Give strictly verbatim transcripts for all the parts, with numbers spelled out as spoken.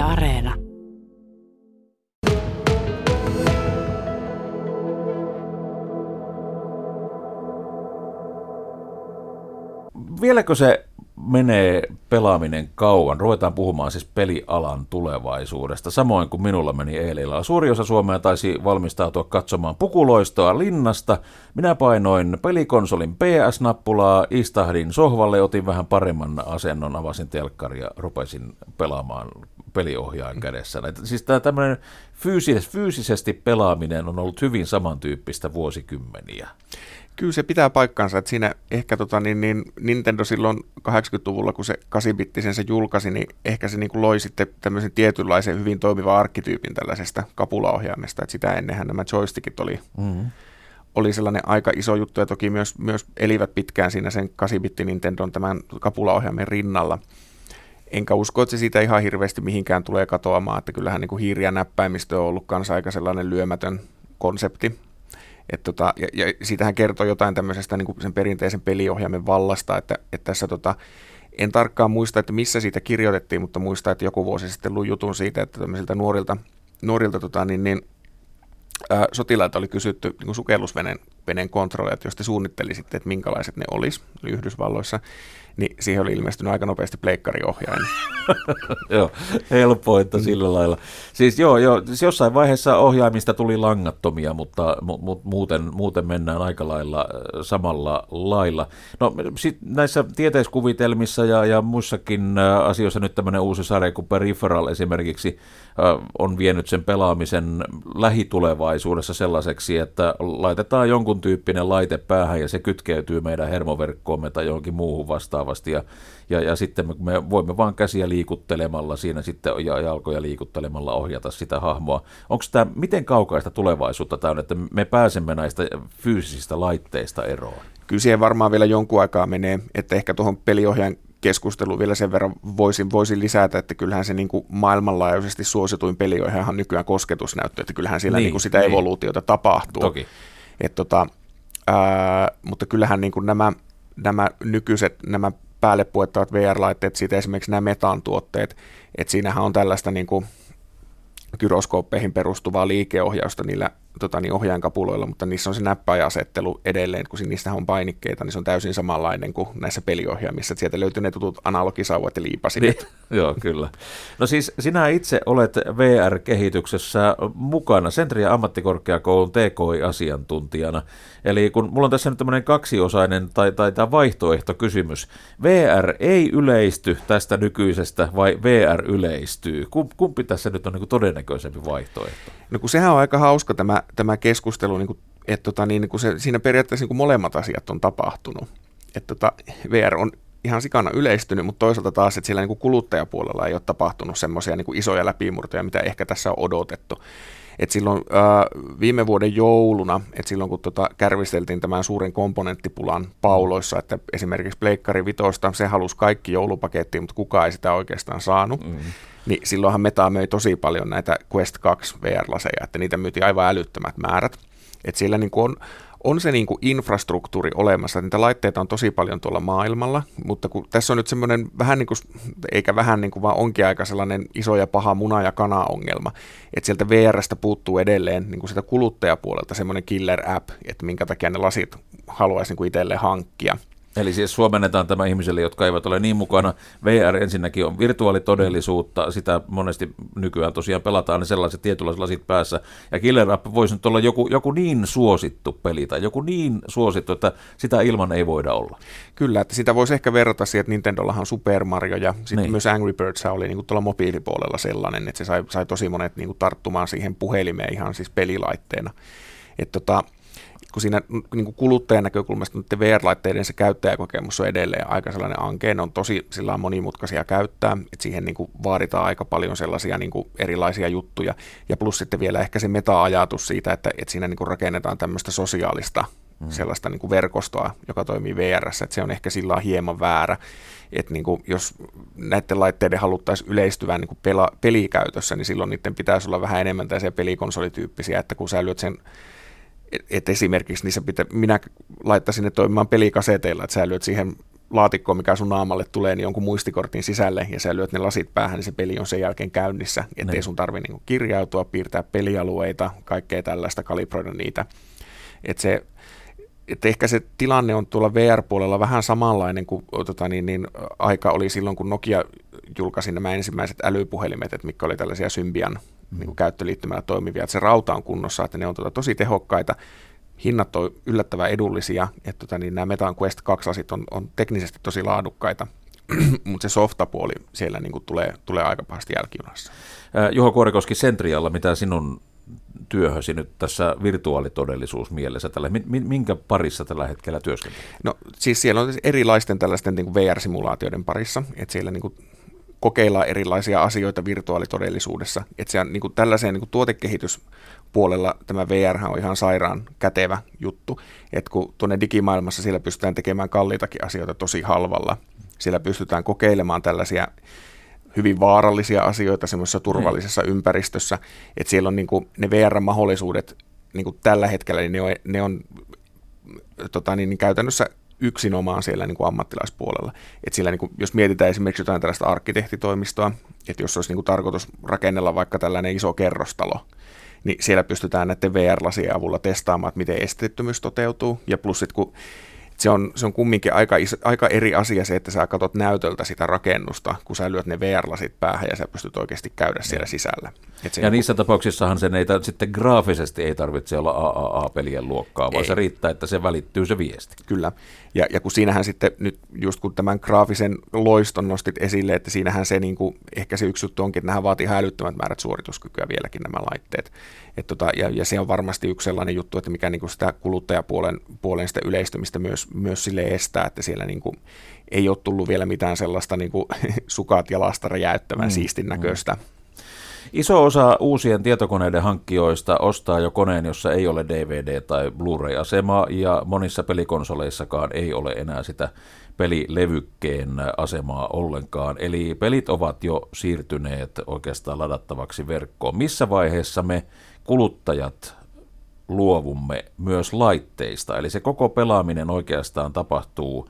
Areena. Vieläkö se menee pelaaminen kauan? Ruvetaan puhumaan siis pelialan tulevaisuudesta, samoin kuin minulla meni eilen. Suuri osa Suomea taisi valmistautua katsomaan pukuloistoa linnasta. Minä painoin pelikonsolin P S-nappulaa, istahdin sohvalle, otin vähän paremman asennon, avasin telkkari ja rupesin pelaamaan peliohjaajan kädessä. Siis tämä tämmöinen fyysis- fyysisesti pelaaminen on ollut hyvin samantyyppistä vuosikymmeniä. Kyllä se pitää paikkansa, että siinä ehkä tota, niin, niin Nintendo silloin kahdeksankymmentäluvulla, kun se kahdeksanbittisen se julkaisi, niin ehkä se niin kuin loi sitten tämmöisen tietynlaisen hyvin toimivan arkkityypin tällaisesta kapulaohjaimesta, että sitä ennenhän nämä joystickit oli, mm-hmm. oli sellainen aika iso juttu, ja toki myös, myös elivät pitkään siinä sen kahdeksan-bitti Nintendon tämän kapulaohjaimen rinnalla. Enkä usko, että se siitä ihan hirveästi mihinkään tulee katoamaan, että kyllähän niin kuin hiiri ja näppäimistö on ollut kanssa aika sellainen lyömätön konsepti. Et tota, ja, ja siitähän kertoo jotain tämmöisestä niin kuin sen perinteisen peliohjaimen vallasta, että, että tässä tota, en tarkkaan muista, että missä siitä kirjoitettiin, mutta muista, että joku vuosi sitten luin jutun siitä, että tämmöisiltä nuorilta, nuorilta tota, niin, niin, ää, sotilailta oli kysytty niin kuin sukellusveneen veneen kontrolleja, jos te suunnittelisitte, että minkälaiset ne olisi Yhdysvalloissa, niin siihen oli ilmestynyt aika nopeasti pleikkariohjain. Joo, helpointa sillä lailla. Siis joo, joo, siis jossain vaiheessa ohjaimista tuli langattomia, mutta mu- mu- muuten, muuten mennään aika lailla samalla lailla. No sit näissä tieteiskuvitelmissa ja, ja muissakin asioissa nyt tämmöinen uusi sarja kuin Peripheral esimerkiksi äh, on vienyt sen pelaamisen lähitulevaisuudessa sellaiseksi, että laitetaan jonkun tyyppinen laite päähän ja se kytkeytyy meidän hermoverkkoomme tai johonkin muuhun vastaavasti ja, ja, ja sitten me voimme vaan käsiä liikuttelemalla siinä sitten ja jalkoja liikuttelemalla ohjata sitä hahmoa. Onko tämä miten kaukaista tulevaisuutta tämä on, että me pääsemme näistä fyysisistä laitteista eroon? Kyllä siihen varmaan vielä jonkun aikaa menee, että ehkä tuohon peliohjaajan keskusteluun vielä sen verran voisin, voisin lisätä, että kyllähän se niin kuin maailmanlaajuisesti suosituin peliohjaajahan nykyään kosketusnäyttö, että kyllähän siellä niin, niin kuin sitä niin. evoluutiota tapahtuu. Toki. Et tota, ää, mutta kyllähän niin kuin nämä, nämä nykyiset, nämä päälle puettavat V R-laitteet, siitä esimerkiksi nämä Metan tuotteet, että siinähän on tällaista niin kuin gyroskooppeihin perustuvaa liikeohjausta niillä tota, niin ohjainkapuloilla, mutta niissä on se näppäijasettelu edelleen, kun niistähän on painikkeita, niin se on täysin samanlainen kuin näissä peliohjaimissa, että sieltä löytyy ne tutut analogisauvat ja liipasimet. Niin, joo, kyllä. No siis sinä itse olet V R-kehityksessä mukana Sentria ammattikorkeakoulun T K I-asiantuntijana, eli kun mulla on tässä nyt tämmöinen kaksiosainen tai, tai tämä vaihtoehtokysymys, V R ei yleisty tästä nykyisestä vai V R yleistyy? Kumpi tässä nyt on niin kuin todennäköisempi vaihtoehto? No kun sehän on aika hauska tämä, tämä keskustelu, niin kuin, että tota, niin, kun se, siinä periaatteessa niin kuin molemmat asiat on tapahtunut. Että tota, V R on ihan sikana yleistynyt, mutta toisaalta taas, että siellä niin kuin kuluttajapuolella ei ole tapahtunut semmoisia niin kuin isoja läpimurtoja, mitä ehkä tässä on odotettu. Et silloin äh, viime vuoden jouluna, että silloin kun tota, kärvisteltiin tämän suuren komponenttipulan pauloissa, että esimerkiksi Pleikkari Vitosta, se halusi kaikki joulupakettiin, mutta kukaan ei sitä oikeastaan saanut, mm-hmm. niin silloinhan Meta möi tosi paljon näitä Quest kaksi V R-laseja, että niitä myytiin aivan älyttömät määrät. Että siellä niin kuin on, on se niin kuin infrastruktuuri olemassa, että niitä laitteita on tosi paljon tuolla maailmalla, mutta kun tässä on nyt semmoinen vähän niin kuin, eikä vähän niin kuin, vaan onkin aika sellainen iso ja paha muna- ja kana-ongelma, että sieltä V R:stä puuttuu edelleen niin kuin sitä kuluttajapuolelta semmoinen killer app, että minkä takia ne lasit haluaisi niin kuin itselleen hankkia. Eli siis suomennetaan tämä ihmisille, jotka eivät ole niin mukana. V R ensinnäkin on virtuaalitodellisuutta, sitä monesti nykyään tosiaan pelataan ne sellaiset tietynlaiset lasit päässä. Ja Killer App voisi nyt olla joku, joku niin suosittu peli tai joku niin suosittu, että sitä ilman ei voida olla. Kyllä, että sitä voisi ehkä verrata siihen, että Nintendollahan on Super Mario ja sitten niin. myös Angry Birds oli niin kuin tuolla mobiilipuolella sellainen, että se sai, sai tosi monet niin kuin tarttumaan siihen puhelimeen ihan siis pelilaitteena. Että tota, kun siinä niin kuin kuluttajan näkökulmasta nyt V R-laitteiden se käyttäjäkokemus on edelleen aika sellainen ankeen, on tosi sillä monimutkaisia käyttää, että siihen niin kuin vaaditaan aika paljon sellaisia niin kuin erilaisia juttuja, ja plus sitten vielä ehkä se meta-ajatus siitä, että, että siinä niin kuin rakennetaan tämmöistä sosiaalista mm. sellaista niin kuin verkostoa, joka toimii V R:ssä, että se on ehkä sillä hieman väärä, että niin kuin jos näiden laitteiden haluttaisiin yleistyvän niin kuin pela, pelikäytössä, niin silloin niiden pitäisi olla vähän enemmän tällaisia pelikonsolityyppisiä, että kun sä lyöt sen että esimerkiksi niissä pitä, minä laittaisin ne toimimaan pelikaseteilla, että sä lyöt siihen laatikkoon, mikä sun naamalle tulee, niin jonkun muistikortin sisälle, ja sä lyöt ne lasit päähän, niin se peli on sen jälkeen käynnissä, ettei sun tarvitse niin kirjautua, piirtää pelialueita, kaikkea tällaista, kalibroida niitä. Että se että ehkä se tilanne on tuolla V R-puolella vähän samanlainen kuin tota, niin, niin, aika oli silloin, kun Nokia julkaisi nämä ensimmäiset älypuhelimet, että mitkä oli tällaisia Symbian mm. niin kuin käyttöliittymällä toimivia, että se rauta on kunnossa, että ne on tota, tosi tehokkaita, hinnat on yllättävän edullisia, että tota, niin nämä Metan Quest kaksi-lasit on, on teknisesti tosi laadukkaita, mutta se softapuoli siellä niin kuin tulee, tulee aika pahasti jälkijunassa. Juho Kuorikoski Centrialla, mitä sinun työhösi nyt tässä virtuaalitodellisuusmielessä, tällä, minkä parissa tällä hetkellä työskentelee? No siis siellä on erilaisten tällaisten niin kuin V R-simulaatioiden parissa, että siellä niin kuin kokeillaan erilaisia asioita virtuaalitodellisuudessa, että se on niin kuin tällaiseen niin kuin tuotekehityspuolella tämä V R on ihan sairaan kätevä juttu, että kun tuonne digimaailmassa siellä pystytään tekemään kalliitakin asioita tosi halvalla, siellä pystytään kokeilemaan tällaisia hyvin vaarallisia asioita semmoisessa turvallisessa mm. ympäristössä, että siellä on niin kuin ne V R-mahdollisuudet niin kuin tällä hetkellä, niin ne on, ne on tota niin, käytännössä yksinomaan siellä niin kuin ammattilaispuolella. Että siellä, niin kuin, jos mietitään esimerkiksi jotain tällaista arkkitehtitoimistoa, että jos olisi niin kuin tarkoitus rakennella vaikka tällainen iso kerrostalo, niin siellä pystytään näiden V R-lasien avulla testaamaan, että miten esteettömyys toteutuu, ja plus sitten kun Se on, se on kumminkin aika, iso, aika eri asia se, että sä katsot näytöltä sitä rakennusta, kun sä lyöt ne V R-lasit päähän ja sä pystyt oikeasti käydä siellä sisällä. Et ja niissä tapauksissahan sen ei, sitten graafisesti ei tarvitse olla A A A-pelien luokkaa, vaan ei. Se riittää, että se välittyy se viesti. Kyllä, ja, ja kun siinähän sitten nyt just kun tämän graafisen loiston nostit esille, että siinähän se niin kuin, ehkä se yksi juttu onkin, että nämä vaatii ihan älyttömät määrät suorituskykyä vieläkin nämä laitteet. Et tota, ja, ja se on varmasti yksi sellainen juttu, että mikä niin kuin sitä kuluttajapuolen puolen sitä yleistymistä myös, myös sille estää, että siellä niin kuin ei ole tullut vielä mitään sellaista niin kuin sukat jalasta räjäyttävän mm, siistin näköistä. Mm. Iso osa uusien tietokoneiden hankkijoista ostaa jo koneen, jossa ei ole D V D- tai Blu-ray-asemaa, ja monissa pelikonsoleissakaan ei ole enää sitä pelilevykkeen asemaa ollenkaan. Eli pelit ovat jo siirtyneet oikeastaan ladattavaksi verkkoon. Missä vaiheessa me kuluttajat luovumme myös laitteista? Eli se koko pelaaminen oikeastaan tapahtuu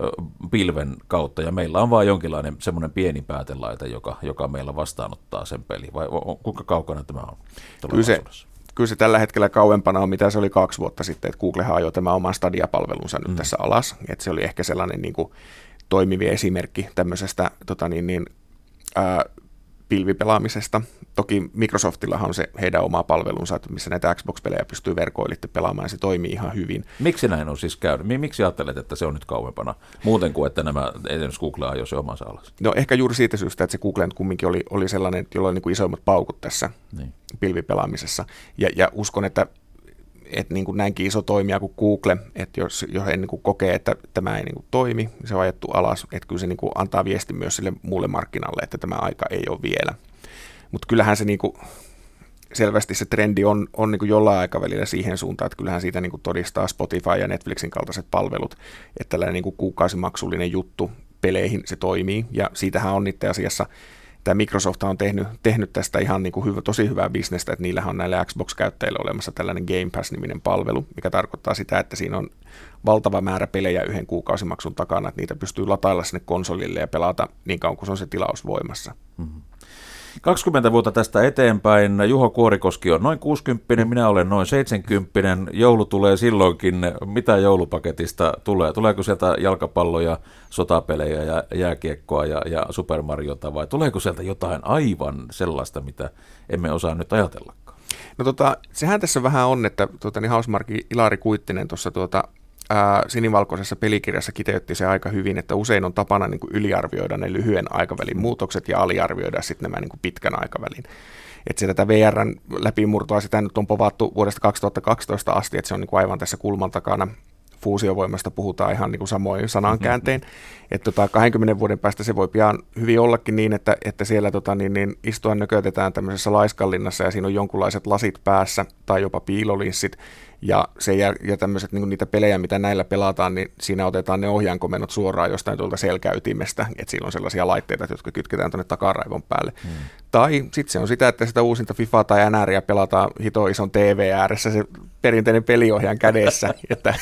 pilven kautta, ja meillä on vain jonkinlainen semmoinen pieni päätelaite, joka, joka meillä vastaanottaa sen peli, vai kuinka kaukana tämä on? Kyllä se, kyllä se tällä hetkellä kauempana on, mitä se oli kaksi vuotta sitten, että Googlehan ajoi tämän oman Stadia-palvelunsa nyt mm. tässä alas, että se oli ehkä sellainen niin kuin toimiva esimerkki tämmöisestä tota niin, niin, ää, pilvipelaamisesta. Toki Microsoftillahan on se heidän oma palvelunsa, missä näitä Xbox-pelejä pystyy verkoilitte pelaamaan, ja se toimii ihan hyvin. Miksi näin on siis käynyt? Miksi ajattelet, että se on nyt kauempana? Muuten kuin, että nämä, esimerkiksi Google ajoi se omansa alas. No ehkä juuri siitä syystä, että se Google kumminkin oli, oli sellainen, jolla oli niin kuin isoimmat paukut tässä niin. pilvipelaamisessa. Ja, ja uskon, että että niin kuin näinkin iso toimija kuin Google, että jos, jos he niin kuin kokee, että tämä ei niin kuin toimi, niin se on ajettu alas, että kyllä se niin kuin antaa viesti myös sille muulle markkinalle, että tämä aika ei ole vielä. Mutta kyllähän se niin kuin, selvästi se trendi on, on niin kuin jollain aikavälillä siihen suuntaan, että kyllähän siitä niin kuin todistaa Spotify ja Netflixin kaltaiset palvelut, että tällainen niin kuin kuukausimaksullinen juttu peleihin se toimii, ja siitähän on itse asiassa tämä Microsoft on tehnyt, tehnyt tästä ihan niin kuin hyvä, tosi hyvää bisnestä, että niillähän on näille Xbox-käyttäjille olemassa tällainen Game Pass-niminen palvelu, mikä tarkoittaa sitä, että siinä on valtava määrä pelejä yhden kuukausimaksun takana, että niitä pystyy latailla sinne konsolille ja pelata niin kauan kuin se on se tilaus voimassa. Mm-hmm. kaksikymmentä vuotta tästä eteenpäin. Juho Kuorikoski on noin kuusikymmentä, minä olen noin seitsemänkymmentä. Joulu tulee silloinkin. Mitä joulupaketista tulee? Tuleeko sieltä jalkapalloja, sotapelejä ja jääkiekkoa ja, ja Super Mariota, vai tuleeko sieltä jotain aivan sellaista, mitä emme osaa nyt ajatellakaan? No tota, sehän tässä vähän on, että tuota, niin Hausmarkin Ilari Kuittinen tuossa tuota, ää, sinivalkoisessa pelikirjassa kiteytti se aika hyvin, että usein on tapana niin kuin yliarvioida ne lyhyen aikavälin muutokset ja aliarvioida sitten nämä niin kuin pitkän aikavälin. Että se tätä V R:n läpimurtoa sitä nyt on povattu vuodesta kaksituhattakaksitoista asti, että se on niin kuin aivan tässä kulman takana. Fuusiovoimasta puhutaan ihan niin kuin samoin sanankääntein. Mm-hmm. Että tota, kahdenkymmenen vuoden päästä se voi pian hyvin ollakin niin, että, että siellä tota, niin, niin istua nökötetään tämmöisessä laiskallinnassa ja siinä on jonkunlaiset lasit päässä tai jopa piilolinssit. Ja, se, ja, ja tämmöiset niin niitä pelejä, mitä näillä pelataan, niin siinä otetaan ne ohjainkomennot suoraan jostain tuolta selkäytimestä, että siinä on sellaisia laitteita, jotka kytketään tuonne takaraivon päälle. Mm. Tai sitten se on sitä, että sitä uusinta FIFA tai N R:ää pelataan hito ison T V ääressä, se perinteinen peliohjaan kädessä, että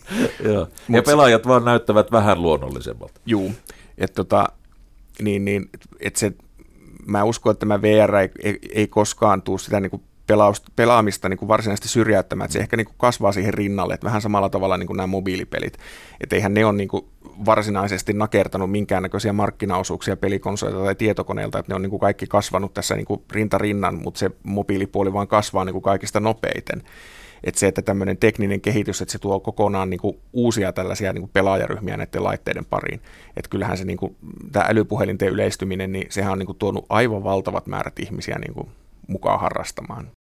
Joo. Ja pelaajat vaan näyttävät vähän luonnollisemmalta. Juu, että tota, niin, niin, et se, mä uskon, että tämä V R ei, ei, ei koskaan tule sitä niin kuin pelausta, pelaamista niin kuin varsinaisesti syrjäyttämään, että se ehkä niin kuin kasvaa siihen rinnalle, että vähän samalla tavalla niin kuin nämä mobiilipelit, että eihän ne ole niin kuin varsinaisesti nakertanut minkäännäköisiä markkinaosuuksia pelikonsoleilta tai tietokoneilta, että ne on niin kuin kaikki kasvanut tässä niin kuin rinta rinnan, mutta se mobiilipuoli vaan kasvaa niin kuin kaikista nopeiten. Että se, että tämmöinen tekninen kehitys, että se tuo kokonaan niin kuin uusia tällaisia niin kuin pelaajaryhmiä näiden laitteiden pariin. Että kyllähän se niin kuin, tämä älypuhelinten yleistyminen, niin sehän on niin kuin tuonut aivan valtavat määrät ihmisiä niin kuin mukaan harrastamaan.